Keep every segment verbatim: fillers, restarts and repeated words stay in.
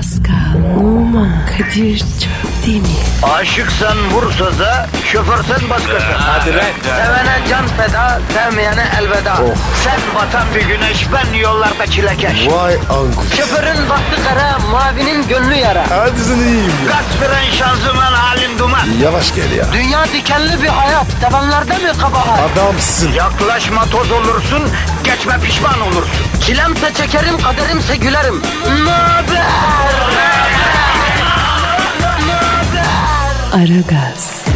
Pascal, Oman, Kadir çok değil mi? Aşıksan vursa da, şoförsen başkasın. Hadi lan. Sevene can feda, sevmeyene elveda. Oh. Sen batan bir güneş, ben yollarda çilekeş. Vay anku. Şoförün baktı kara, mavinin gönlü yara. Hadi sen iyiyim ya. Kasperen şanzıman halin duman. Yavaş gel ya. Dünya dikenli bir hayat, sevenlerde mi kabahar? Adamsın. Yaklaşma toz olursun, geçme pişman olursun. Çilemse çekerim, kaderimse gülerim. Möber! Aragaz.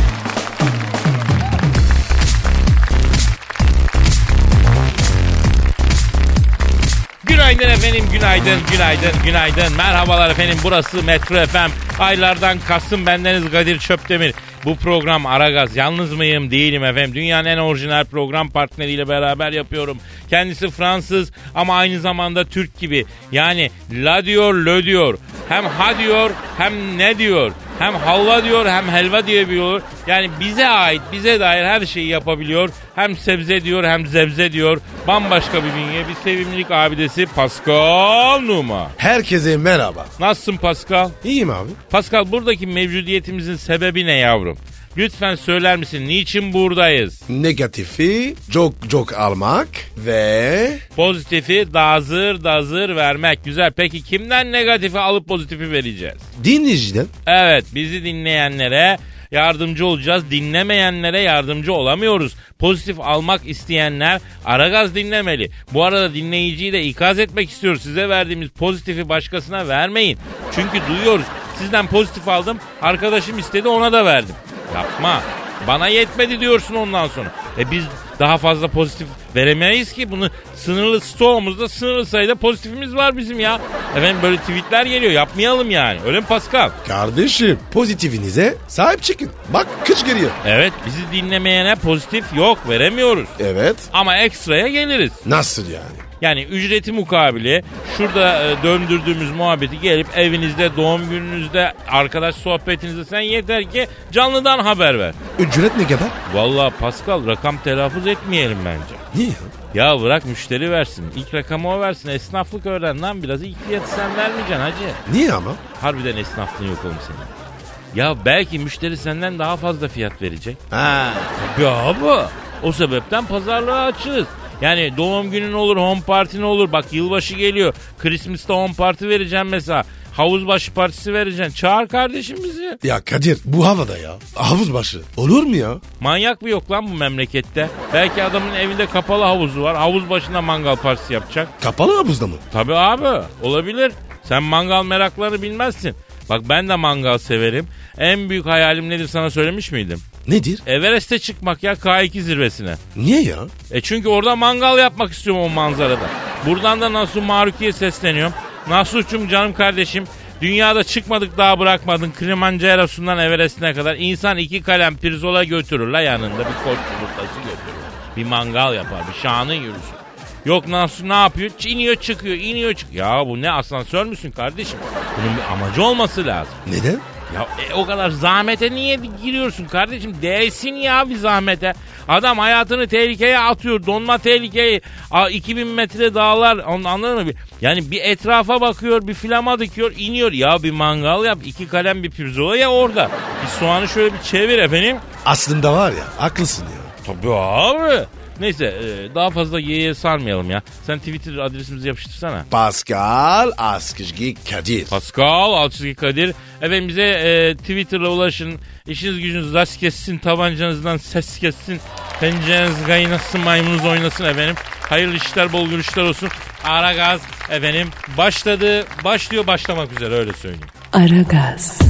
Günaydın efendim, günaydın, günaydın, günaydın. Merhabalar efendim, burası Metro F M. Aylardan Kasım, bendeniz Kadir Çöptemir. Bu program Aragaz. Yalnız mıyım? Değilim efendim. Dünyanın en orijinal program partneriyle beraber yapıyorum. Kendisi Fransız ama aynı zamanda Türk gibi. Yani la diyor, lö diyor. Hem ha diyor, hem ne diyor. Hem halva diyor, hem helva diyebiliyor. Yani bize ait, bize dair her şeyi yapabiliyor. Hem sebze diyor, hem zebze diyor. Bambaşka bir bünye, bir sevimlilik abidesi Pascal Numa. Herkese merhaba. Nasılsın Pascal? İyiyim abi. Pascal, buradaki mevcudiyetimizin sebebi ne yavrum? Lütfen söyler misin? Niçin buradayız? Negatifi çok çok almak ve... Pozitifi dazır dazır vermek. Güzel. Peki kimden negatifi alıp pozitifi vereceğiz? Dinleyiciden. Evet, bizi dinleyenlere yardımcı olacağız. Dinlemeyenlere yardımcı olamıyoruz. Pozitif almak isteyenler Aragaz dinlemeli. Bu arada dinleyiciyi de ikaz etmek istiyoruz. Size verdiğimiz pozitifi başkasına vermeyin. Çünkü duyuyoruz. Sizden pozitif aldım. Arkadaşım istedi, ona da verdim. Yapma. Bana yetmedi diyorsun ondan sonra. E biz daha fazla pozitif veremeyiz ki. Bunu sınırlı stoğumuzda sınırlı sayıda pozitifimiz var bizim ya. Efendim böyle tweetler geliyor. Yapmayalım yani. Öyle mi Pascal? Kardeşim pozitifinize sahip çıkın. Bak kış geliyor. Evet, bizi dinlemeyene pozitif yok, veremiyoruz. Evet. Ama ekstraya geliriz. Nasıl yani? Yani ücreti mukabili şurada e, döndürdüğümüz muhabbeti gelip evinizde, doğum gününüzde, arkadaş sohbetinizde sen yeter ki canlıdan haber ver. Ücret ne kadar? Vallahi Pascal, rakam telaffuz etmeyelim bence. Niye? Ya bırak müşteri versin. İlk rakamı o versin. Esnaflık öğren lan biraz. İlk fiyatı sen vermeyeceksin hacı. Niye ama? Harbiden esnaflığın yok oğlum senin. Ya belki müşteri senden daha fazla fiyat verecek. Ha. Ya abi, o sebepten pazarlığa açığız. Yani doğum günün olur, home party'nin olur. Bak yılbaşı geliyor. Christmas'ta home party vereceğim mesela. Havuzbaşı partisi vereceksin. Çağır kardeşim bizi. Ya Kadir bu havada ya. Havuzbaşı. Olur mu ya? Manyak mı yok lan bu memlekette? Belki adamın evinde kapalı havuzu var. Havuz başında mangal partisi yapacak. Kapalı havuzda mı? Tabii abi, olabilir. Sen mangal meraklarını bilmezsin. Bak ben de mangal severim. En büyük hayalim nedir sana söylemiş miydim? Nedir? Everest'e çıkmak ya, K iki zirvesine. Niye ya? E çünkü orada mangal yapmak istiyorum o manzarada. Buradan da Nasuh Maruki'ye sesleniyorum. Nasuh'cum canım kardeşim, dünyada çıkmadık daha bırakmadın. Kilimanjaro'sundan Everest'ine kadar insan iki kalem pirzola götürür la yanında, bir koç yumurtası götürür. Bir mangal yapar, bir şanın yürüsün. Yok Nasuh ne yapıyor? İniyor çıkıyor, iniyor çıkıyor. Ya bu ne, asansör müsün kardeşim? Bunun bir amacı olması lazım. Neden? Ya e, o kadar zahmete niye giriyorsun kardeşim? Değsin ya bir zahmete. Adam hayatını tehlikeye atıyor. Donma tehlikeyi. A, iki bin metre dağlar. Anladın mı? Yani bir etrafa bakıyor. Bir flama dikiyor. İniyor. Ya bir mangal yap. İki kalem bir pirzola ya orada. Bir soğanı şöyle bir çevir efendim. Aslında var ya haklısın ya. Tabii abi. Neyse e, daha fazla yeğe sarmayalım ya. Sen Twitter adresimizi yapıştırsana. Pascal Askışgi Kadir. Pascal Askışgi Kadir. Efendim bize e, Twitter'la ulaşın. İşiniz gücünüz rast kessin. Tabancanızdan ses kessin. Pencereniz kaynasın, maymununuz oynasın efendim. Hayırlı işler, bol görüşler olsun. Aragaz efendim başladı. Başlıyor, başlamak üzere, öyle söyleyeyim. Aragaz.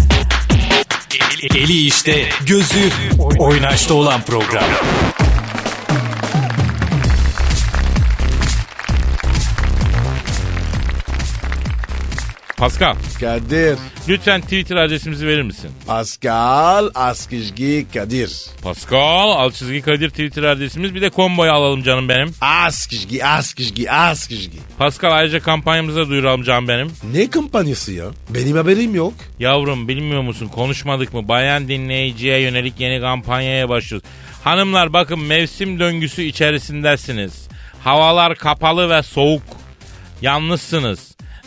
Eli, eli işte, gözü oynaşta olan program. Pascal, Kadir. lütfen Twitter adresimizi verir misin? Pascal Askışgi Kadir. Pascal alt çizgi Kadir Twitter adresimiz. Bir de komboyu alalım canım benim. Askışgi, Askışgi, Askışgi. Pascal, ayrıca kampanyamıza duyuralım canım benim. Ne kampanyası ya? Benim haberim yok. Yavrum bilmiyor musun, konuşmadık mı? Bayan dinleyiciye yönelik yeni kampanyaya başlıyoruz. Hanımlar bakın, mevsim döngüsü içerisindesiniz. Havalar kapalı ve soğuk. Yalnızsınız.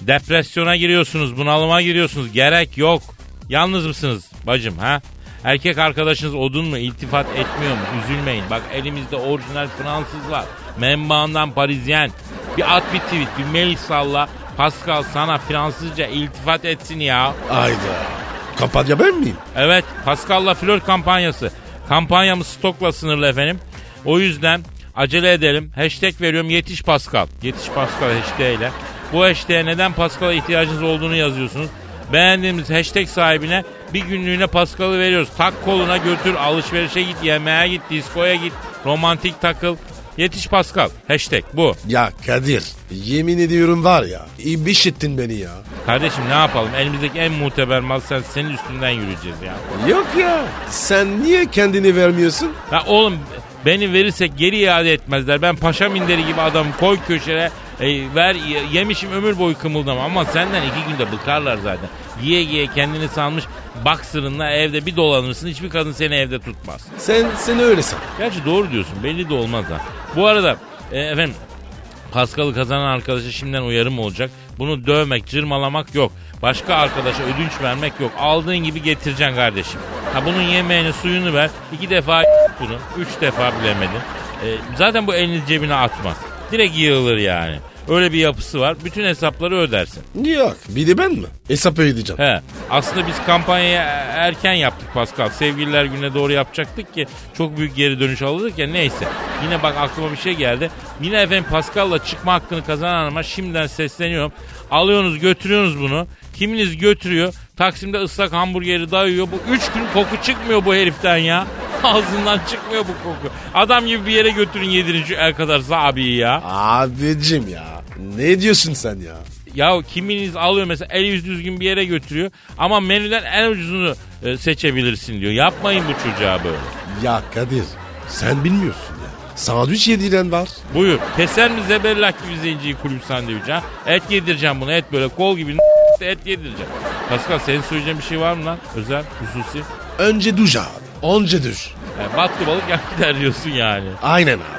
Depresyona giriyorsunuz, bunalıma giriyorsunuz. Gerek yok. Yalnız mısınız bacım ha? Erkek arkadaşınız odun mu? İltifat etmiyor mu? Üzülmeyin. Bak elimizde orijinal Fransız var. Menbaından Parisyen. Bir at bir tweet, bir mail salla. Pascal sana Fransızca iltifat etsin ya. Hayda. Kampanya ben miyim? Evet, Pascal'la flört kampanyası. Kampanyamız stokla sınırlı efendim. O yüzden acele edelim. Hashtag veriyorum, yetiş Pascal. Yetiş Pascal hashtag ile. Bu hashtag'e neden Pascal'a ihtiyacınız olduğunu yazıyorsunuz. Beğendiğimiz hashtag sahibine bir günlüğüne Pascal'ı veriyoruz. Tak koluna götür, alışverişe git, yemeğe git, diskoya git, romantik takıl. Yetiş Pascal. Hashtag bu. Ya Kadir, yemin ediyorum var ya, ibiş ettin beni ya. Kardeşim ne yapalım? Elimizdeki en muteber mal sen, senin üstünden yürüyeceğiz ya. Yok ya, sen niye kendini vermiyorsun? Ya oğlum beni verirsek geri iade etmezler. Ben paşa minderi gibi adamım, koy köşeye e, ver yemişim ömür boyu kımıldama. Ama senden iki günde bıkarlar zaten. Giye giye kendini salmış boxer'ınla evde bir dolanırsın, hiçbir kadın seni evde tutmaz. Sen sen öyle san. Gerçi doğru diyorsun, belli de olmaz ha. Bu arada e, efendim Pascal'ı kazanan arkadaşa şimdiden uyarım olacak. Bunu dövmek, cırmalamak yok. Başka arkadaşa ödünç vermek yok. Aldığın gibi getireceksin kardeşim. Ha bunun yemeğini suyunu ver. İki defa bunu. Üç defa bilemedin. E, zaten bu elini cebine atmaz. Direkt yığılır yani. Öyle bir yapısı var. Bütün hesapları ödersin. Yok. Bir de ben mi? Hesap ödeyeceğim. He. Aslında biz kampanyayı erken yaptık Pascal. Sevgililer gününe doğru yapacaktık ki çok büyük geri dönüş alırdık ya, neyse. Yine bak aklıma bir şey geldi. Yine efendim Pascal'la çıkma hakkını kazanan hanıma şimdiden sesleniyorum. Alıyorsunuz götürüyorsunuz bunu. Kiminiz götürüyor. Taksim'de ıslak hamburgeri dayıyor. Bu üç gün koku çıkmıyor bu heriften ya. Ağzından çıkmıyor bu koku. Adam gibi bir yere götürün, yedirin şu el kadar abiyi ya. Abicim ya. Ne diyorsun sen ya? Ya kiminiz alıyor mesela el yüz düzgün bir yere götürüyor. Ama menüden en ucuzunu e, seçebilirsin diyor. Yapmayın bu çocuğa böyle. Ya Kadir sen bilmiyorsun ya. Sandviç yediren var. Buyur. Keser mi zebellak gibi zenciyi kulüp sandviçi ha? Et yedireceğim buna, et böyle kol gibi et yedireceğim. Pascal senin söyleyeceğin bir şey var mı lan? Özel, hususi. Önce duş abi. Önce duş. Yani battı balık yak gider diyorsun yani. Aynen abi.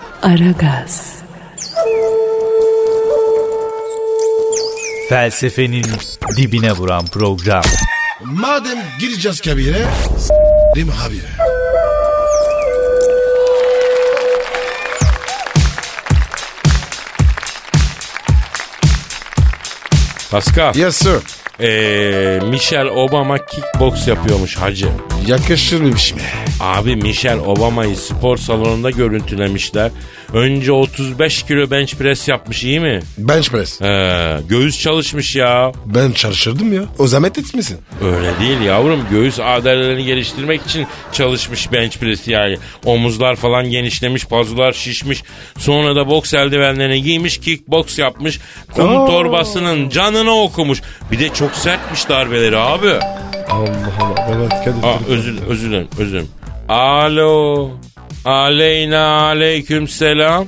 Aragaz. Felsefenin dibine vuran program. Madem gireceğiz kabire, s***rim habire. Pascal. Yes sir. Ee, Michelle Obama kickbox yapıyormuş hacı. Yakışır mı şimdi? Abi Michelle Obama'yı spor salonunda görüntülemişler. Önce otuz beş kilo bench press yapmış, iyi mi? Bench press. Ee, göğüs çalışmış ya. Ben çalışırdım ya. O zahmet etmesin. Öyle değil yavrum. Göğüs adalelerini geliştirmek için çalışmış bench press yani. Omuzlar falan genişlemiş, pazular şişmiş. Sonra da boks eldivenlerini giymiş, kickbox yapmış. Kum Aa. torbasının canını okumuş. Bir de çok sertmiş darbeleri abi. Allah Allah. Evet Kadir. Aa, özür, özür dilerim, özür dilerim. Alo. Aleyna aleyküm selam.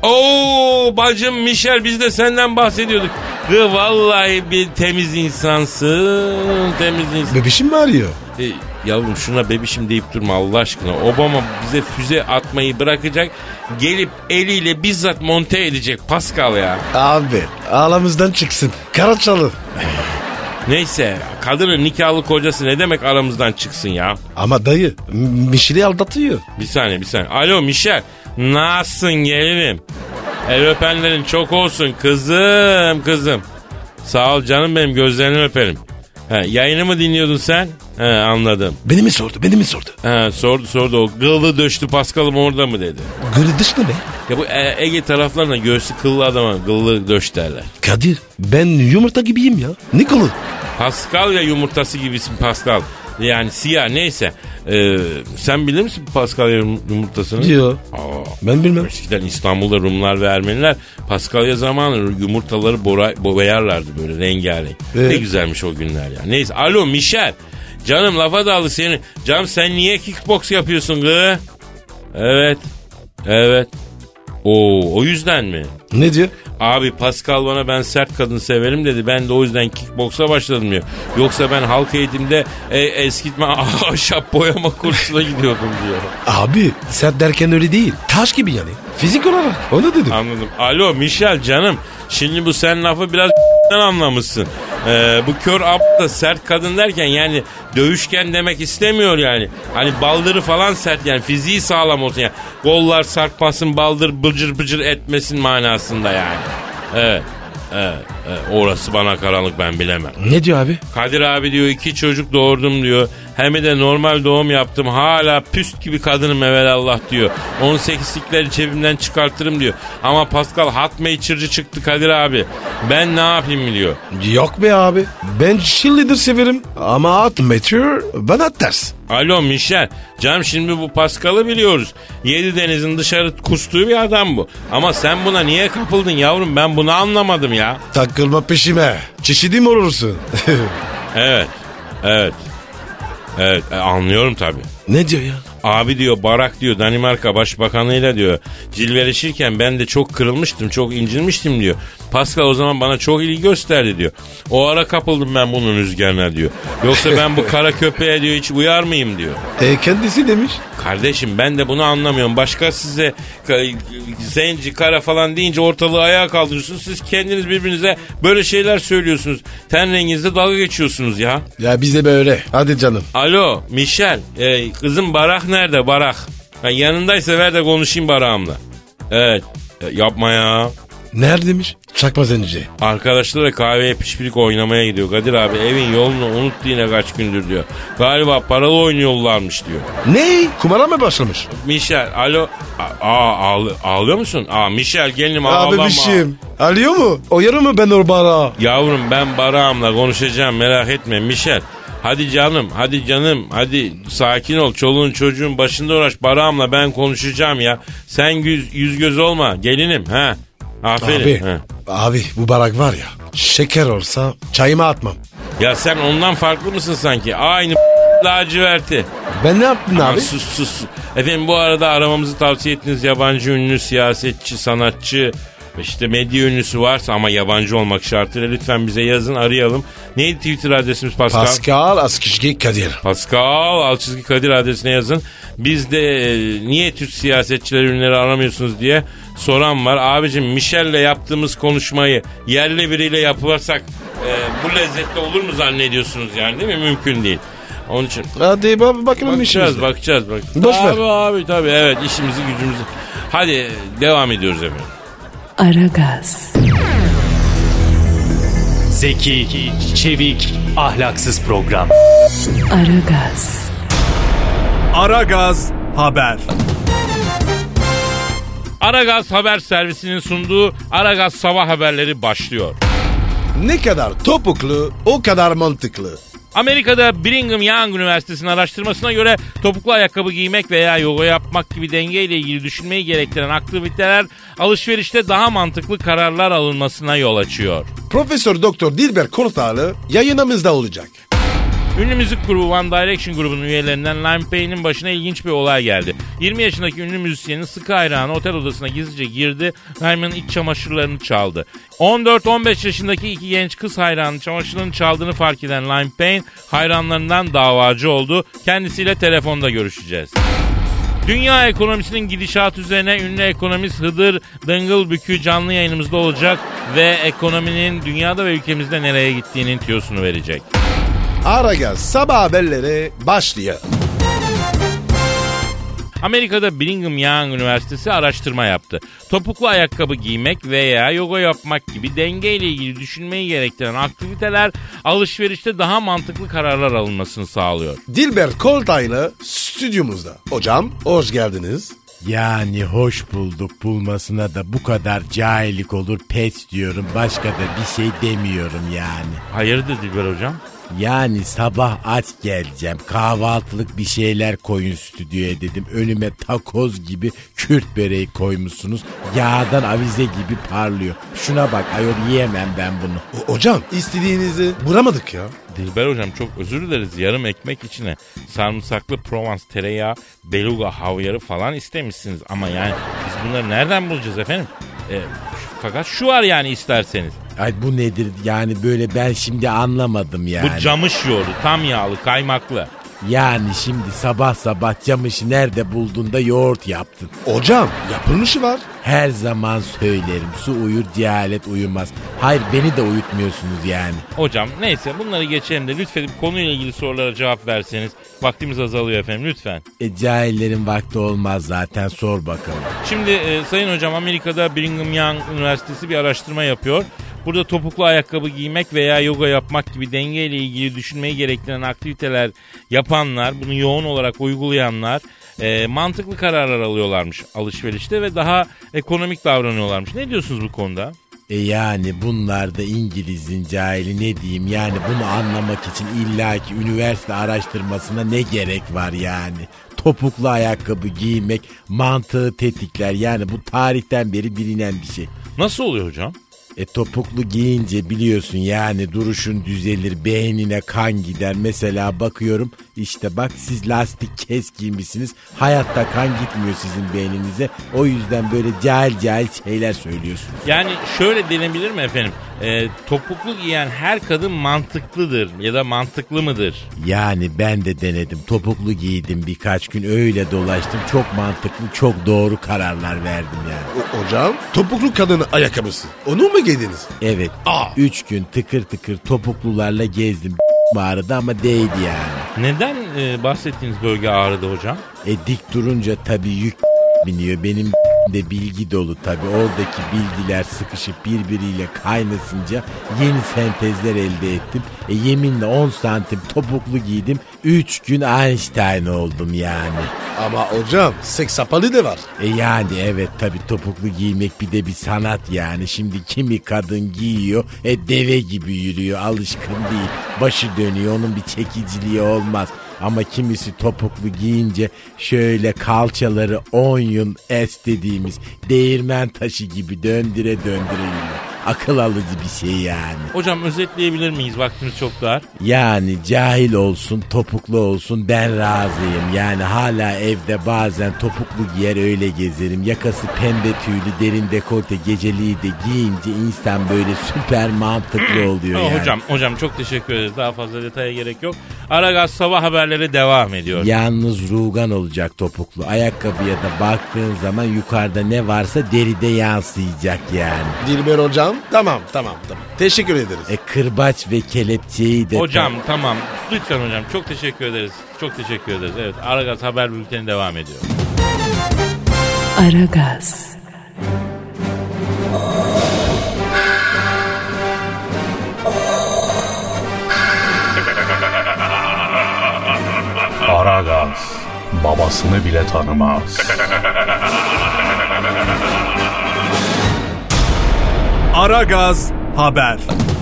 Oo bacım Michel, biz de senden bahsediyorduk. Kı vallahi bir temiz insansın. Temiz insan. Bebişim mi arıyor? E, yavrum şuna bebişim deyip durma Allah aşkına. Obama bize füze atmayı bırakacak. Gelip eliyle bizzat monte edecek Pascal ya. Abi aramızdan çıksın. Karaçalı. Neyse kadının nikahlı kocası ne demek aramızdan çıksın ya. Ama dayı Michel'i aldatıyor. Bir saniye bir saniye. Alo Michel. Nasılsın gelinim? El öpenlerin çok olsun kızım kızım. Sağ ol canım benim, gözlerini öperim. He, yayını mı dinliyordun sen? He, anladım. Beni mi sordu? Beni mi sordu? He, sordu sordu o kıllı döştü Paskal'ım orada mı dedi. Gırı dış ne be? Ya bu e- Ege taraflarına göğsü kıllı adama kıllı döş derler. Kadir ben yumurta gibiyim ya. Ne kılı? Pascal ya yumurtası gibisin Pascal. Yani siyah neyse. Ee, sen bilir misin Paskalya yumurtasını? Yok. Ben bilmem. Eskiden İstanbul'da Rumlar ve Ermeniler Paskalya zamanı yumurtaları bora, boyarlardı böyle rengarenk. Evet. Ne güzelmiş o günler ya. Neyse. Alo Michel. Canım lafa daldı seni. Canım sen niye kickbox yapıyorsun gı? Evet. Evet. Oo, o yüzden mi? Ne diyor? Abi Pascal bana ben sert kadın severim dedi. Ben de o yüzden kickboksa başladım diyor. Yoksa ben halk eğitimde e, eskitme ahşap boyama kursuna gidiyordum diyor. Abi sert derken öyle değil. Taş gibi yani. Fizik olarak. Onu dedim. Anladım. Alo Michel canım. Şimdi bu sen lafı biraz anlamışsın. Ee, bu kör ab da sert kadın derken yani dövüşken demek istemiyor yani. Hani baldırı falan sert yani fiziği sağlam olsun yani. Kollar sarkmasın, baldır bıcır bıcır etmesin manasında yani. Evet. Evet, evet, orası bana karanlık, ben bilemem. Ne diyor abi? Kadir abi diyor iki çocuk doğurdum diyor. Hem de normal doğum yaptım. Hala püst gibi kadınım evelallah diyor. on sekizlikleri cebimden çıkartırım diyor. Ama Pascal hat meyçirci çıktı Kadir abi. Ben ne yapayım diyor. Yok be abi. Ben cheerleader severim. Ama at meteor bana ters. Alo Michel. Canım şimdi bu Pascal'ı biliyoruz. Yedi denizin dışarı kustuğu bir adam bu. Ama sen buna niye kapıldın yavrum? Ben bunu anlamadım ya. Takılma peşime. Çeşidim olursun. Evet. Evet. Evet e, anlıyorum tabii. Ne diyor ya? Abi diyor Barak diyor Danimarka Başbakanıyla diyor cilveleşirken ben de çok kırılmıştım, çok incinmiştim diyor. Pascal o zaman bana çok ilgi gösterdi diyor. O ara kapıldım ben bunun rüzgarına diyor. Yoksa ben bu kara köpeğe diyor hiç uyar mıyım diyor. E kendisi demiş. Kardeşim ben de bunu anlamıyorum. Başka size zenci kara falan deyince ortalığı ayağa kaldırıyorsunuz. Siz kendiniz birbirinize böyle şeyler söylüyorsunuz. Ten renginizde dalga geçiyorsunuz ya. Ya bize böyle. Hadi canım. Alo Michel. E, kızım Barak nerede Barak? Ha, yanındaysa ver de konuşayım Barak'ımla. Evet. E, yapma ya. Neredeymiş? Çakma zenci. Arkadaşlarla kahveye pişpirik oynamaya gidiyor. Kadir abi evin yolunu unuttu yine kaç gündür diyor. Galiba paralı oynuyorlarmış diyor. Ne? Kumara mı başlamış? Michel alo. Aa ağlı, ağlıyor musun? Aa Michel gelinim ağlama. Abi bir şeyim. Alıyor mu? Oyarır mı ben o bara? Yavrum ben Barak'ımla konuşacağım merak etme Michel. Hadi canım, hadi canım, hadi sakin ol. Çoluğun çocuğun başında uğraş. Barak'ımla ben konuşacağım ya. Sen yüz, yüz göz olma gelinim ha. Aferin. Abi, ha. abi bu Barak var ya şeker olsa çayıma atmam. Ya sen ondan farklı mısın sanki? Aynı laciverti. Ben ne yaptın Aman abi? sus sus. Efendim bu arada aramamızı tavsiye ettiğiniz yabancı ünlü, siyasetçi, sanatçı, işte medya ünlüsü varsa ama yabancı olmak şartıyla lütfen bize yazın arayalım. Neydi Twitter adresimiz Pascal? Pascal Askışki Kadir. Pascal Alçızgi Kadir adresine yazın. Biz de e, niye Türk siyasetçileri ünlüleri aramıyorsunuz diye soran var. Abicim Michel'le yaptığımız konuşmayı yerli biriyle yaparsak e, bu lezzetli olur mu zannediyorsunuz yani değil mi? Mümkün değil. Onun için. Hadi bak bakalım bakacağız, işimize. bakacağız, bakacağız. Boş ver. Abi abi tabii evet işimizi gücümüzü. Hadi devam ediyoruz efendim. Aragaz, Zeki, çevik, ahlaksız program. Aragaz, Aragaz Haber. Aragaz Haber Servisi'nin sunduğu Aragaz Sabah Haberleri başlıyor. Ne kadar topuklu o kadar mantıklı. Amerika'da Brigham Young Üniversitesi'nin araştırmasına göre topuklu ayakkabı giymek veya yoga yapmak gibi dengeyle ilgili düşünmeyi gerektiren aktiviteler alışverişte daha mantıklı kararlar alınmasına yol açıyor. Profesör Doktor Dilber Kortağlı yayınımızda olacak. Ünlü müzik grubu One Direction grubunun üyelerinden Liam Payne'in başına ilginç bir olay geldi. yirmi yaşındaki ünlü müzisyenin sıkı hayranı otel odasına gizlice girdi, Liam'ın iç çamaşırlarını çaldı. on dört on beş yaşındaki iki genç kız hayranı çamaşırlarını çaldığını fark eden Liam Payne hayranlarından davacı oldu. Kendisiyle telefonda görüşeceğiz. Dünya ekonomisinin gidişatı üzerine ünlü ekonomist Hıdır Dıngılbükü canlı yayınımızda olacak ve ekonominin dünyada ve ülkemizde nereye gittiğinin tüyosunu verecek. Aragaz sabah haberleri başlıyor. Amerika'da Brigham Young Üniversitesi araştırma yaptı. Topuklu ayakkabı giymek veya yoga yapmak gibi dengeyle ilgili düşünmeyi gerektiren aktiviteler alışverişte daha mantıklı kararlar alınmasını sağlıyor. Dilber Kortaylı stüdyomuzda. Hocam hoş geldiniz. Yani hoş bulduk, bulmasına da bu kadar cahillik olur pes diyorum. Başka da bir şey demiyorum yani. Hayırdır Dilber hocam? Yani sabah aç geleceğim, kahvaltılık bir şeyler koyun stüdyoya dedim. Önüme takoz gibi Kürt böreği koymuşsunuz. Yağdan avize gibi parlıyor. Şuna bak ayol, yiyemem ben bunu. O- hocam istediğinizi bulamadık ya. Dilber hocam çok özür dileriz. Yarım ekmek içine sarımsaklı Provence tereyağı, beluga havyarı falan istemişsiniz. Ama yani biz bunları nereden bulacağız efendim? E, fakat şu var yani isterseniz. Ay bu nedir yani böyle, ben şimdi anlamadım yani. Bu camış yoğurdu, tam yağlı, kaymaklı. Yani şimdi sabah sabah camışı nerede buldun da yoğurt yaptın. Hocam yapılmışı var. Her zaman söylerim, su uyur cehalet uyumaz. Hayır, beni de uyutmuyorsunuz yani. Hocam neyse bunları geçelim de lütfen konuyla ilgili sorulara cevap verseniz. Vaktimiz azalıyor efendim lütfen. E, cahillerin vakti olmaz zaten, sor bakalım. Şimdi e, sayın hocam, Amerika'da Brigham Young Üniversitesi bir araştırma yapıyor. Burada topuklu ayakkabı giymek veya yoga yapmak gibi dengeyle ilgili düşünmeyi gerektiren aktiviteler yapanlar, bunu yoğun olarak uygulayanlar e, mantıklı kararlar alıyorlarmış alışverişte ve daha ekonomik davranıyorlarmış. Ne diyorsunuz bu konuda? E yani bunlar da İngiliz'in cahili, ne diyeyim yani, bunu anlamak için illaki üniversite araştırmasına ne gerek var yani? Topuklu ayakkabı giymek mantığı tetikler, yani bu tarihten beri bilinen bir şey. Nasıl oluyor hocam? E topuklu giyince biliyorsun yani duruşun düzelir, beynine kan gider. Mesela bakıyorum, işte bak siz lastik kes giymişsiniz, hayatta kan gitmiyor sizin beyninize. O yüzden böyle cahil cahil şeyler söylüyorsunuz. Yani şöyle denebilir mi efendim? E, topuklu giyen her kadın mantıklıdır ya da mantıklı mıdır? Yani ben de denedim, topuklu giydim birkaç gün, öyle dolaştım, çok mantıklı, çok doğru kararlar verdim yani. O, hocam topuklu kadın ayakkabısı. Onu mu giydiniz? Evet. Aa. Üç gün tıkır tıkır topuklularla gezdim. Ağrıdı ama değdi yani. Neden e, bahsettiğiniz bölge ağrıdı hocam? E dik durunca tabii yük biniyor. Benim de bilgi dolu tabii. Oradaki bilgiler sıkışıp birbiriyle kaynasınca yeni sentezler elde ettim. E yeminle on santim topuklu giydim. Üç gün Einstein oldum yani. Ama hocam seks sapalı da var. E yani evet tabii, topuklu giymek bir de bir sanat yani. Şimdi kimi kadın giyiyor, e deve gibi yürüyor, alışkın değil. Başı dönüyor, onun bir çekiciliği olmaz. Ama kimisi topuklu giyince şöyle kalçaları on yıl es dediğimiz değirmen taşı gibi döndüre döndüre yürüyor. Akıl alıcı bir şey yani. Hocam özetleyebilir miyiz? Vaktimiz çok dar. Yani cahil olsun, topuklu olsun, ben razıyım. Yani hala evde bazen topuklu giyer öyle gezerim. Yakası pembe tüylü derin dekolte geceliği de giyince insan böyle süper mantıklı oluyor yani. Hocam, hocam çok teşekkür ederiz. Daha fazla detaya gerek yok. Aragaz sabah haberleri devam ediyor. Yalnız rugan olacak topuklu. Ayakkabıya da baktığın zaman yukarıda ne varsa deride yansıyacak yani. Dilber hocam. Tamam tamam tamam. Teşekkür ederiz. E kırbaç ve kelepçeyi de... Hocam ta- tamam. Lütfen hocam. Çok teşekkür ederiz. Çok teşekkür ederiz. Evet, Aragaz haber bülteni devam ediyor. Aragaz. Aragaz babasını bile tanımaz. Aragaz haber.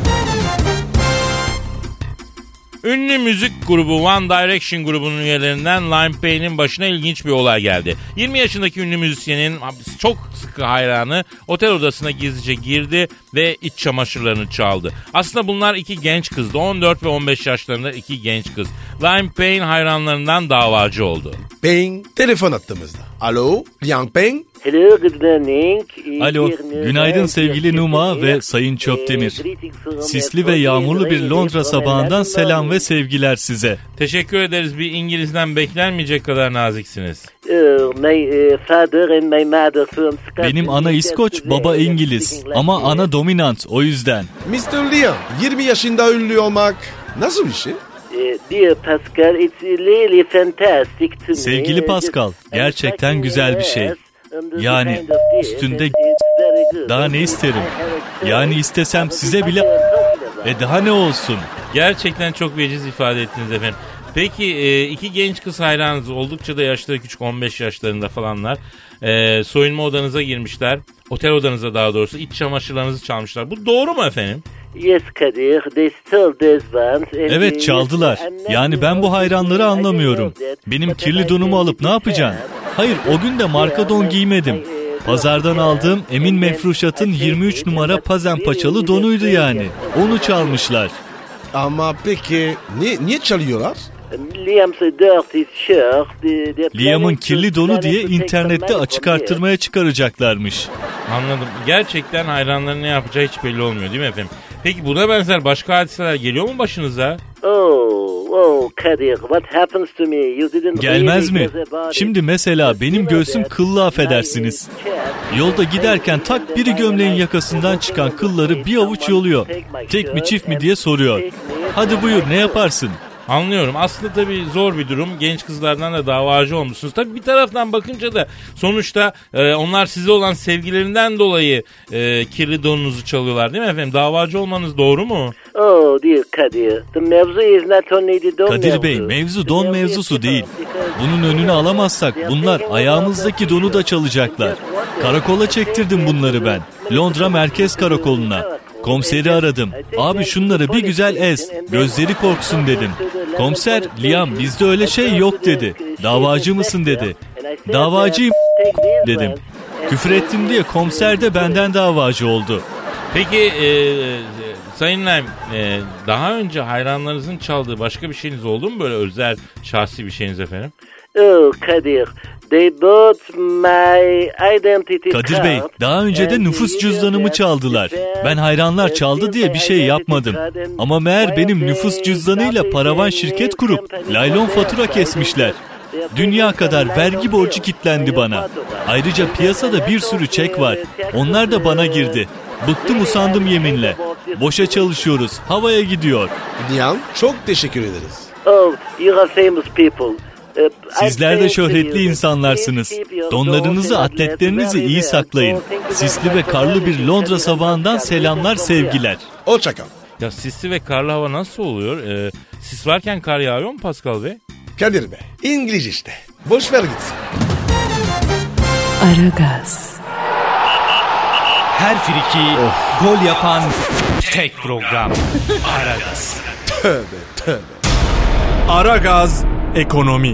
Ünlü müzik grubu One Direction grubunun üyelerinden Liam Payne'in başına ilginç bir olay geldi. yirmi yaşındaki ünlü müzisyenin çok sıkı hayranı otel odasına gizlice girdi ve iç çamaşırlarını çaldı. Aslında bunlar iki genç kızdı. on dört ve on beş yaşlarında iki genç kız. Liam Payne hayranlarından davacı oldu. Payne telefon attığımızda. Alo, Liam Payne. Hello, good morning. Alo, günaydın sevgili Numa ve Sayın Çöptemir. Sisli ve yağmurlu bir Londra sabahından selam ve sevgiler size. Teşekkür ederiz. Bir İngiliz'den beklenmeyecek kadar naziksiniz. Benim ana İskoç, baba İngiliz ama ana dominant, o yüzden. mister Liam, yirmi yaşında ünlü olmak nasıl bir şey? Sevgili Pascal, gerçekten güzel bir şey. Yani üstünde daha ne isterim? Yani istesem size bile e daha ne olsun? Gerçekten çok veciz ifade ettiniz efendim. Peki iki genç kız hayranınız, oldukça da yaşları küçük, on beş yaşlarında falanlar. E, soyunma odanıza girmişler. Otel odanıza daha doğrusu iç çamaşırlarınızı çalmışlar. Bu doğru mu efendim? Evet, çaldılar. Yani ben bu hayranları anlamıyorum. Benim kirli donumu alıp ne yapacaksın? Hayır, o gün de marka don giymedim. Pazardan aldığım Emin Mefruşat'ın yirmi üç numara pazen paçalı donuydu yani. Onu çalmışlar. Ama peki niye, niye çalıyorlar? Liam'ın kirli donu diye internette açık arttırmaya çıkaracaklarmış. Anladım. Gerçekten hayranların ne yapacağı hiç belli olmuyor değil mi efendim? Peki buna benzer başka hadiseler geliyor mu başınıza? Oh, oh Kadir, what happens to me? You didn't Gelmez really mi? guess about it. Şimdi mesela benim göğsüm kıllı, affedersiniz. Yolda giderken tak biri gömleğin yakasından çıkan kılları bir avuç yoluyor. Tek mi çift mi diye soruyor. Hadi buyur, ne yaparsın? Anlıyorum. Aslında tabii zor bir durum. Genç kızlardan da davacı olmuşsunuz. Tabii bir taraftan bakınca da sonuçta e, onlar size olan sevgilerinden dolayı e, kirli donunuzu çalıyorlar değil mi efendim? Davacı olmanız doğru mu? Oh dear Kadir, the mevzu is not only the don Kadir Bey, mevzu don mevzusu değil. Bunun önünü alamazsak bunlar ayağımızdaki donu da çalacaklar. Karakola çektirdim bunları ben. Londra Merkez Karakolu'na. Komiseri aradım. Abi şunları bir güzel ez. Gözleri korksun dedim. Komiser, Liam bizde öyle şey yok dedi. Davacı mısın dedi. Davacıyım dedim. Küfür ettim diye komiser de benden davacı oldu. Peki e, Sayın Liam, e, daha önce hayranlarınızın çaldığı başka bir şeyiniz oldu mu? Böyle özel, şahsi bir şeyiniz efendim? Oh Kadir, they bought my identity Kadir Bey, daha önce de nüfus cüzdanımı çaldılar. Ben hayranlar çaldı diye bir şey yapmadım. Ama meğer benim nüfus cüzdanıyla paravan şirket kurup laylon fatura kesmişler. Dünya kadar vergi borcu kitlendi bana. Ayrıca piyasada bir sürü çek var. Onlar da bana girdi. Bıktım usandım yeminle. Boşa çalışıyoruz. Havaya gidiyor. Nihan, çok teşekkür ederiz. Oh, you are famous people. Sizler de şöhretli insanlarsınız. Donlarınızı, atletlerinizi iyi saklayın. Sisli ve karlı bir Londra sabahından selamlar, sevgiler. Hoşça kal. Ya sisli ve karlı hava nasıl oluyor? Ee, sis varken kar yağıyor mu Pascal Bey? Kadir Bey, İngiliz işte. Boş ver gitsin. Aragaz. Her friki gol yapan tek program. Aragaz. Tövbe tövbe. Aragaz Ekonomi.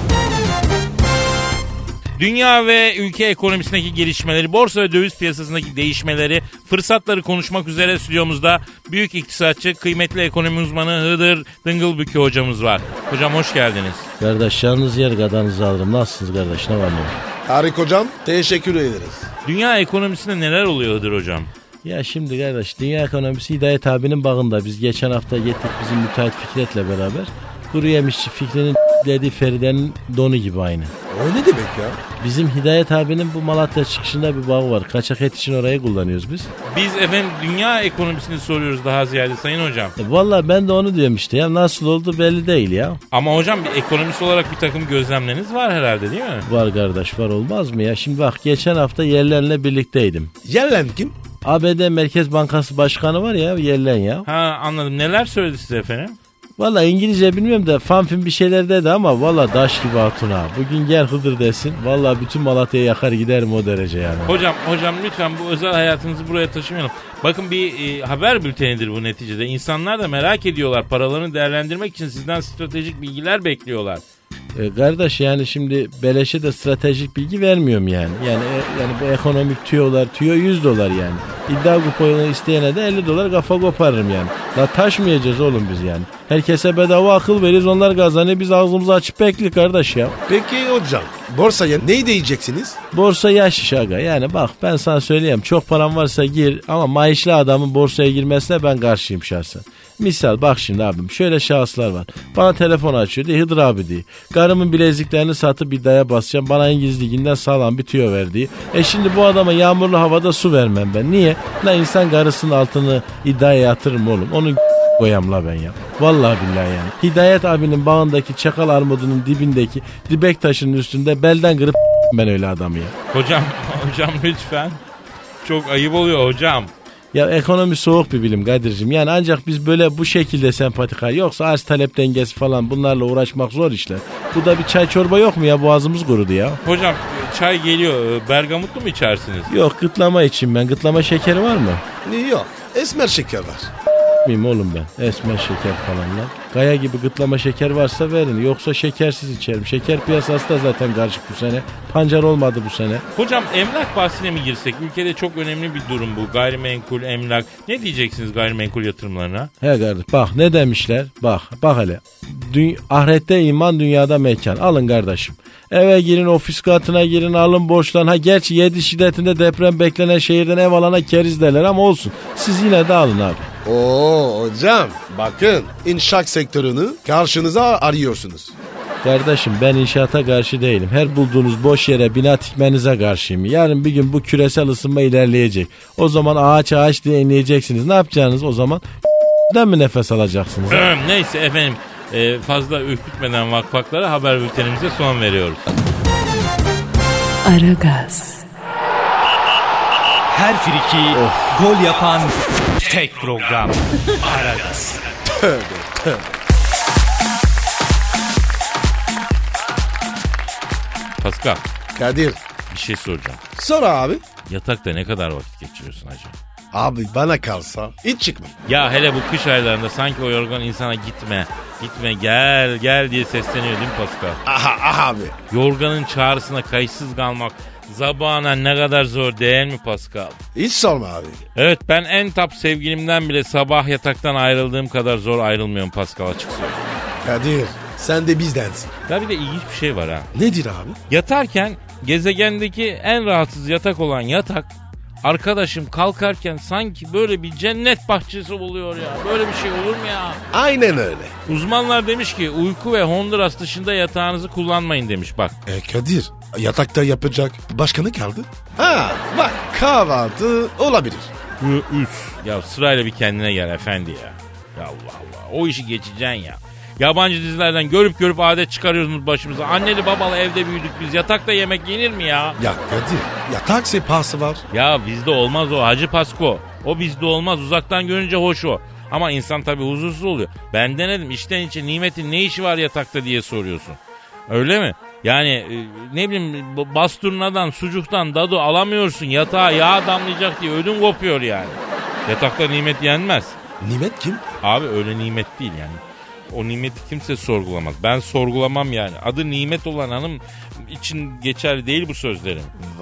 Dünya ve ülke ekonomisindeki gelişmeleri, borsa ve döviz piyasasındaki değişmeleri, fırsatları konuşmak üzere stüdyomuzda büyük iktisatçı, kıymetli ekonomi uzmanı Hıdır Dıngılbükü hocamız var. Hocam hoş geldiniz. Kardeş yalnız yer gadanızı alırım. Nasılsınız kardeş, ne var ne yok? Tarık hocam, teşekkür ederiz. Dünya ekonomisinde neler oluyor Hıdır hocam? Ya şimdi kardeş, dünya ekonomisi Hidayet abinin bağında. Biz geçen hafta gittik bizim müteahhit Fikret'le beraber. Kuru yemişçi Fikri'nin dediği Feride'nin donu gibi aynı. O ne demek ya? Bizim Hidayet abinin bu Malatya çıkışında bir bağı var. Kaçak et için orayı kullanıyoruz biz. Biz efendim dünya ekonomisini soruyoruz daha ziyade sayın hocam. E Valla ben de onu diyorum işte ya. Nasıl oldu belli değil ya. Ama hocam bir ekonomist olarak bir takım gözlemleriniz var herhalde değil mi? Var kardeş, var olmaz mı ya? Şimdi bak, geçen hafta yerlerle birlikteydim. Yerlen kim? A B D Merkez Bankası Başkanı var ya, yerlen ya. Ha anladım. Neler söyledi size efendim? Valla İngilizce bilmiyorum da fanfin bir şeyler dedi ama valla taş gibi hatun ha. Bugün gel Hıdır desin. Valla bütün Malatya'yı yakar giderim o derece yani. Hocam hocam lütfen bu özel hayatınızı buraya taşımayalım. Bakın bir e, haber bültenidir bu neticede. İnsanlar da merak ediyorlar. Paralarını değerlendirmek için sizden stratejik bilgiler bekliyorlar. E, kardeş yani şimdi beleşe de stratejik bilgi vermiyorum yani. Yani e, yani bu ekonomik tüyolar, tüyo yüz dolar yani. İddia kuponu isteyene de elli dolar kafa koparırım yani. La taşmayacağız oğlum biz yani. Herkese bedava akıl veririz, onlar kazanıyor, biz ağzımızı açıp bekli kardeş ya. Peki hocam, borsaya neyi diyeceksiniz? Borsa yaş iş aga. Yani bak ben sana söyleyeyim, çok param varsa gir ama maaşlı adamın borsaya girmesine ben karşıyım şahsen. Misal bak şimdi abim, şöyle şahıslar var. Bana telefon açıyor diye, Hıdır abi diye. Karımın bileziklerini satıp iddiaya basacağım, bana İngiliz liginden sağlam bir tüyo verdi. E şimdi bu adama yağmurlu havada su vermem ben. Niye? La insan karısının altını iddiaya yatırır oğlum? Onun koyamla ben ya. Vallahi billahi yani. Hidayet abinin bağındaki çakal armudunun dibindeki dibek taşının üstünde belden kırıp ben öyle adamı ya. Hocam hocam lütfen. Çok ayıp oluyor hocam. Ya ekonomi soğuk bir bilim Kadir'cim. Yani ancak biz böyle bu şekilde sempatikar. Yoksa arz talep dengesi falan, bunlarla uğraşmak zor işler. Bu da bir çay çorba yok mu ya? Boğazımız kurudu ya. Hocam çay geliyor. Bergamotlu mu içersiniz? Yok, gıtlama için ben. Gıtlama şekeri var mı? Yok, esmer şeker var. Miyim oğlum ben? Esmer şeker falan lan. Gaya gibi gıtlama şeker varsa verin. Yoksa şekersiz içerim. Şeker piyasası da zaten karışık bu sene. Pancar olmadı bu sene. Hocam emlak bahsine mi girsek? Ülkede çok önemli bir durum bu. Gayrimenkul, emlak. Ne diyeceksiniz gayrimenkul yatırımlarına? He kardeş bak ne demişler? Bak bak hele. Dü- ahirette iman, dünyada mekan. Alın kardeşim. Eve girin, ofis katına girin, alın borçlan. Ha gerçi yedi şiddetinde deprem beklenen şehirden ev alana keriz derler ama olsun. Siz yine de alın abi. Oo hocam bakın inşaat sektörünü karşınıza arıyorsunuz. Kardeşim ben inşaata karşı değilim. Her bulduğunuz boş yere bina dikmenize karşıyım. Yarın bir gün bu küresel ısınma ilerleyecek. O zaman ağaç ağaç diye inleyeceksiniz. Ne yapacaksınız o zaman? Den mi nefes alacaksınız? Neyse efendim e, fazla ürkütmeden vakvaklara haber bültenimize son veriyoruz. Aragaz. Her friki gol yapan tek program. Aragaz. Tövbe tövbe. Pascal Kadir bir şey soracağım. sor abi. Yatakta ne kadar vakit geçiriyorsun hacı? Abi bana kalsa hiç çıkma. Ya hele bu kış aylarında sanki o yorgan insana gitme, gitme gel gel diye sesleniyor değil mi Pascal? Aha, aha abi. Yorganın çağrısına kayıtsız kalmak zabana ne kadar zor değil mi Pascal? Hiç sorma abi. Evet ben en tap sevgilimden bile sabah yataktan ayrıldığım kadar zor ayrılmıyorum Pascal açık söyleyeyim. Kadir sen de bizdensin. Ya bir de ilginç bir şey var ha. Nedir abi? Yatarken gezegendeki en rahatsız yatak olan yatak arkadaşım kalkarken sanki böyle bir cennet bahçesi oluyor ya. Böyle bir şey olur mu ya? Aynen öyle. Uzmanlar demiş ki uyku ve Honduras dışında yatağınızı kullanmayın demiş bak. E Kadir yatakta yapacak başka ne kaldı? Ha bak kahvaltı olabilir. Üf. Ya sırayla bir kendine gel efendi ya. Ya Allah Allah o işi geçeceksin ya. Yabancı dizilerden görüp görüp adet çıkarıyorsunuz başımıza. Anneli babalı evde büyüdük biz. Yatakta yemek yenir mi ya? Ya Kadir yatak sehpası var. Ya bizde olmaz o Hacı Pasko. O bizde olmaz. Uzaktan görünce hoş o. Ama insan tabii huzursuz oluyor. Ben denedim içten içe nimetin ne işi var yatakta diye soruyorsun. Öyle mi? Yani e, ne bileyim basturnadan, sucuktan dadu alamıyorsun. Yatağa yağ damlayacak diye ödün kopuyor yani. Yatakta nimet yenmez. Nimet kim? Abi öyle nimet değil yani. O nimeti kimse sorgulamaz. Ben sorgulamam yani. Adı nimet olan hanım için geçerli değil bu sözlerim.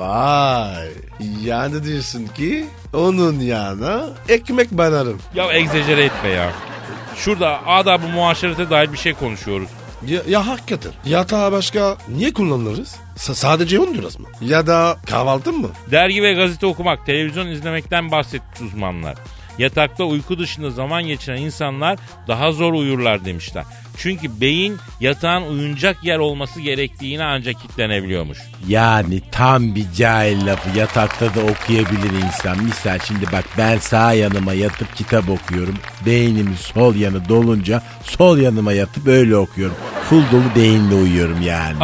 Vay. Yani diyorsun ki onun yanına ekmek banarım. Ya egzajere etme ya. Şurada adab-ı muaşerete dair bir şey konuşuyoruz. Ya, ya hakikaten. Yatağı başka niye kullanırız? S- sadece Honduras mı? Ya da kahvaltı mı? Dergi ve gazete okumak, televizyon izlemekten bahsetmiş uzmanlar. Yatakta uyku dışında zaman geçiren insanlar daha zor uyurlar demişler. Çünkü beyin yatağın uyunacak yer olması gerektiğine ancak kitlenebiliyormuş. Yani tam bir cahil lafı yatakta da okuyabilir insan. Misal şimdi bak ben sağ yanıma yatıp kitap okuyorum. Beynimin sol yanı dolunca sol yanıma yatıp öyle okuyorum. Full dolu beyinle uyuyorum yani.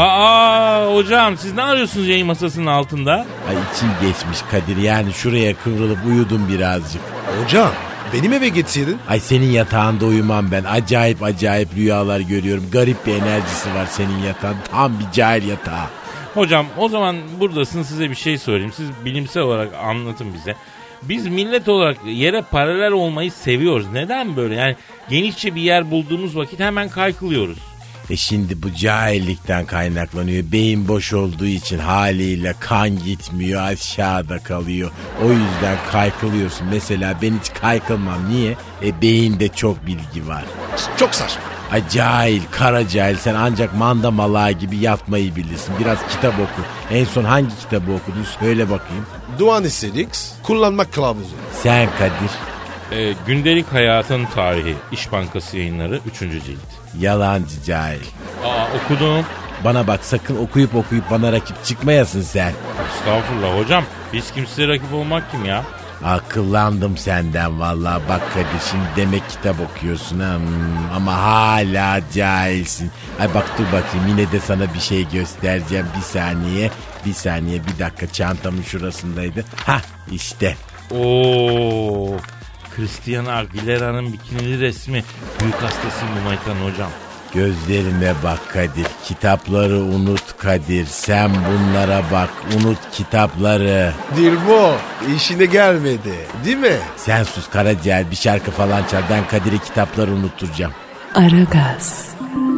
Aa hocam siz ne arıyorsunuz yayın masasının altında? Ay içim geçmiş Kadir yani şuraya kıvrılıp uyudum birazcık. Hocam benim eve geçseydin. Ay senin yatağında uyumam ben. Acayip acayip rüyalar görüyorum. Garip bir enerjisi var senin yatağın. Tam bir cahil yatağı. Hocam o zaman buradasın size bir şey söyleyeyim. Siz bilimsel olarak anlatın bize. Biz millet olarak yere paralel olmayı seviyoruz. Neden böyle? Yani genişçe bir yer bulduğumuz vakit hemen kaykılıyoruz. E şimdi bu cahillikten kaynaklanıyor. Beyin boş olduğu için haliyle kan gitmiyor, aşağıda kalıyor. O yüzden kaykılıyorsun. Mesela ben hiç kaykılmam. Niye? E beyinde çok bilgi var. Çok saçma. Ay cahil, kara cahil. Sen ancak manda malağı gibi yatmayı bilirsin. Biraz kitap oku. En son hangi kitabı okudun? Söyle bakayım. Duan istedik. Kullanmak kılavuzu. Sen Kadir. Ee, gündelik hayatın tarihi. İş Bankası Yayınları üçüncü cilt. Yalancı cahil. Aa okudum. Bana bak sakın okuyup okuyup bana rakip çıkmayasın sen. Estağfurullah hocam. Biz kimseye rakip olmak kim ya? Akıllandım senden vallahi. Bak Kadir şimdi demek kitap okuyorsun ha. Hmm, ama hala cahilsin. Ay bak dur bakayım yine de sana bir şey göstereceğim. Bir saniye bir saniye bir dakika çantamın şurasındaydı. Hah işte. Ooo. Christina Aguilera'nın bikinili resmi. Büyük hastası Mumaykan hocam. Gözlerime bak Kadir. Kitapları unut Kadir. Sen bunlara bak. Unut kitapları. Dirbo işine gelmedi değil mi? Sen sus Karaciğer bir şarkı falan çal. Ben Kadir'e kitapları unutturacağım. Aragaz.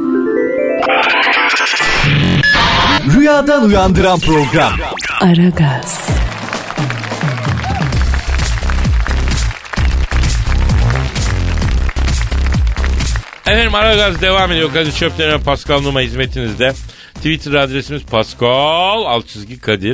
Rüyadan uyandıran program. Aragaz. Efendim Aragaz devam ediyor. Kadir Çöpten ve Pascal Numa hizmetinizde. Twitter adresimiz Pascal alt çizgi Kadir.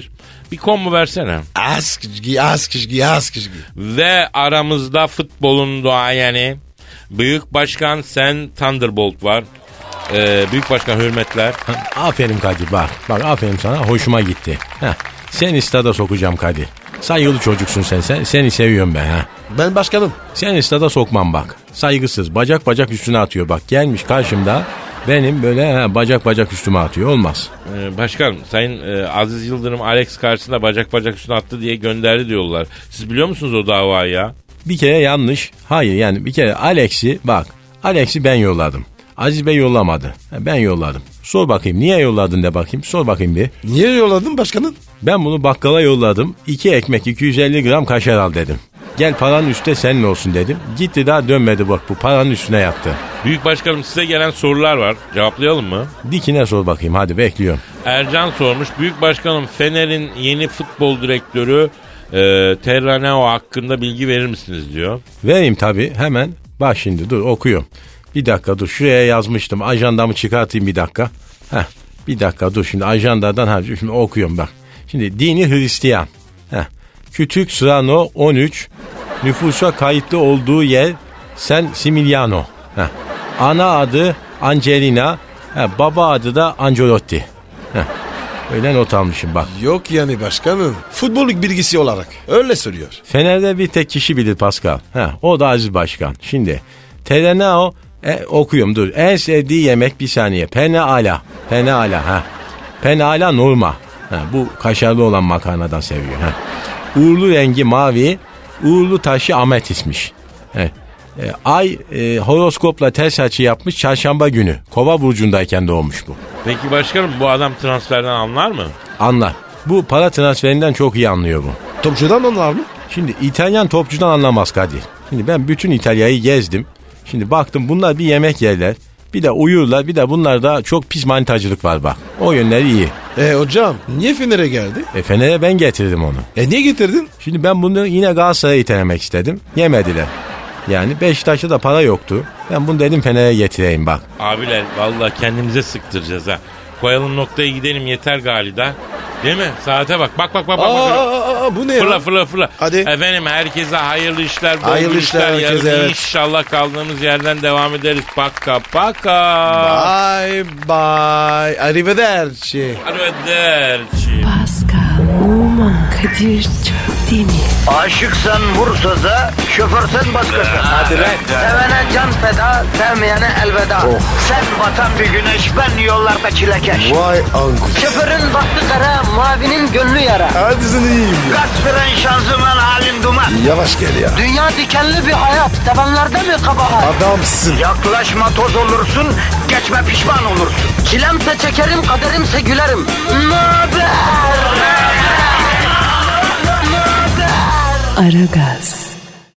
Bir combo versene. Askışgi, askışgi, askışgi. Ve aramızda futbolun duayeni Büyük Başkan Sen Thunderbolt var. Ee, Büyük Başkan hürmetler. Aferin Kadir bak. Bak aferin sana, hoşuma gitti. Heh, seni stada sokacağım Kadir. Saygılı çocuksun sen, sen seni seviyorum ben ha. Ben başkanım. Seni stada sokmam bak. Saygısız, bacak bacak üstüne atıyor bak. Gelmiş karşımda benim böyle ha, bacak bacak üstüme atıyor, olmaz. Ee, başkan Sayın e, Aziz Yıldırım Alex karşısında bacak bacak üstüne attı diye gönderdi diyorlar. Siz biliyor musunuz o davayı ya? Bir kere yanlış. Hayır yani bir kere Alex'i bak. Alex'i ben yolladım. Aziz Bey yollamadı. Ben yolladım. Sor bakayım niye yolladın de bakayım. Sor bakayım bir. Niye yolladın başkanım? Ben bunu bakkala yolladım. İki ekmek iki yüz elli gram kaşar al dedim. Gel paranın üstte senin olsun dedim. Gitti daha dönmedi bak, bu paranın üstüne yattı. Büyük Başkanım size gelen sorular var. Cevaplayalım mı? Dikine sor bakayım hadi, bekliyorum. Ercan sormuş. Büyük Başkanım Fener'in yeni futbol direktörü e, Terraneo hakkında bilgi verir misiniz diyor. Vereyim tabii hemen. Bak şimdi dur okuyorum. Bir dakika dur, şuraya yazmıştım. Ajandamı çıkartayım bir dakika. Heh, bir dakika dur şimdi ajandadan ha, şimdi okuyorum bak. Şimdi dini Hristiyan. Heh. Kütük Sırano on üç. Nüfusa kayıtlı olduğu yer San Similiano. Heh. Ana adı Angelina. Heh. Baba adı da Angelotti. Heh. Öyle not almışım bak. Yok yani başkanım. Futbolluk bilgisi olarak. Öyle söylüyor. Fener'de bir tek kişi bilir Pascal. Heh. O da Aziz Başkan. Şimdi Terenao e, okuyorum dur. En sevdiği yemek bir saniye. Penne ala. Penne ala. Ha. Penne ala norma. Ha. Bu kaşarlı olan makarnadan seviyor. Ha. Uğurlu rengi mavi. Uğurlu taşı ametismiş. Evet. E, ay e, horoskopla ters açı yapmış, çarşamba günü. Kova burcundayken doğmuş bu. Peki başkanım bu adam transferden anlar mı? Anlar. Bu para transferinden çok iyi anlıyor bu. Topçudan anlar mı? Şimdi İtalyan topçudan anlamaz Kadir. Şimdi ben bütün İtalya'yı gezdim. Şimdi baktım bunlar bir yemek yerler. Bir de uyurlar, bir de bunlarda çok pis manitacılık var bak. O yönleri iyi. E hocam niye Fener'e geldi? E Fener'e ben getirdim onu. E niye getirdin? Şimdi ben bunu yine Galatasaray'a itenemek istedim. Yemediler. Yani Beşiktaş'ta da para yoktu. Ben bunu dedim Fener'e getireyim bak. Abiler vallahi kendimize sıktıracağız ha. Koyalım noktaya gidelim yeter galida. Değil mi? Saate bak. Bak bak bak. bak. Aa, aa, aa, bu ne ya? Fırla fırla fırla. Hadi. Efendim herkese hayırlı işler. Bol Hayırlı işler işler. herkese, Yarın evet. inşallah kaldığımız yerden devam ederiz. Paka paka. Bye bye. Arrivederci. Arrivederci. Pascal, Oman, Kadir çok değil mi? Aşıksan vursa da, şoförsen başkasın. Hadi lan. Sevene can feda, sevmeyene elveda. Sen batan bir güneş, ben yollarda çilekeş. Vay anku. Şoförün baktı kara, mavinin gönlü yara. Hadi sen iyiyim ya. Kasperen şanzıman halin duman. Yavaş gel ya. Dünya dikenli bir hayat, sevenlerde mi kabahar? Adamsın. Yaklaşma toz olursun, geçme pişman olursun. Çilemse çekerim, kaderimse gülerim. Möber! Aragaz.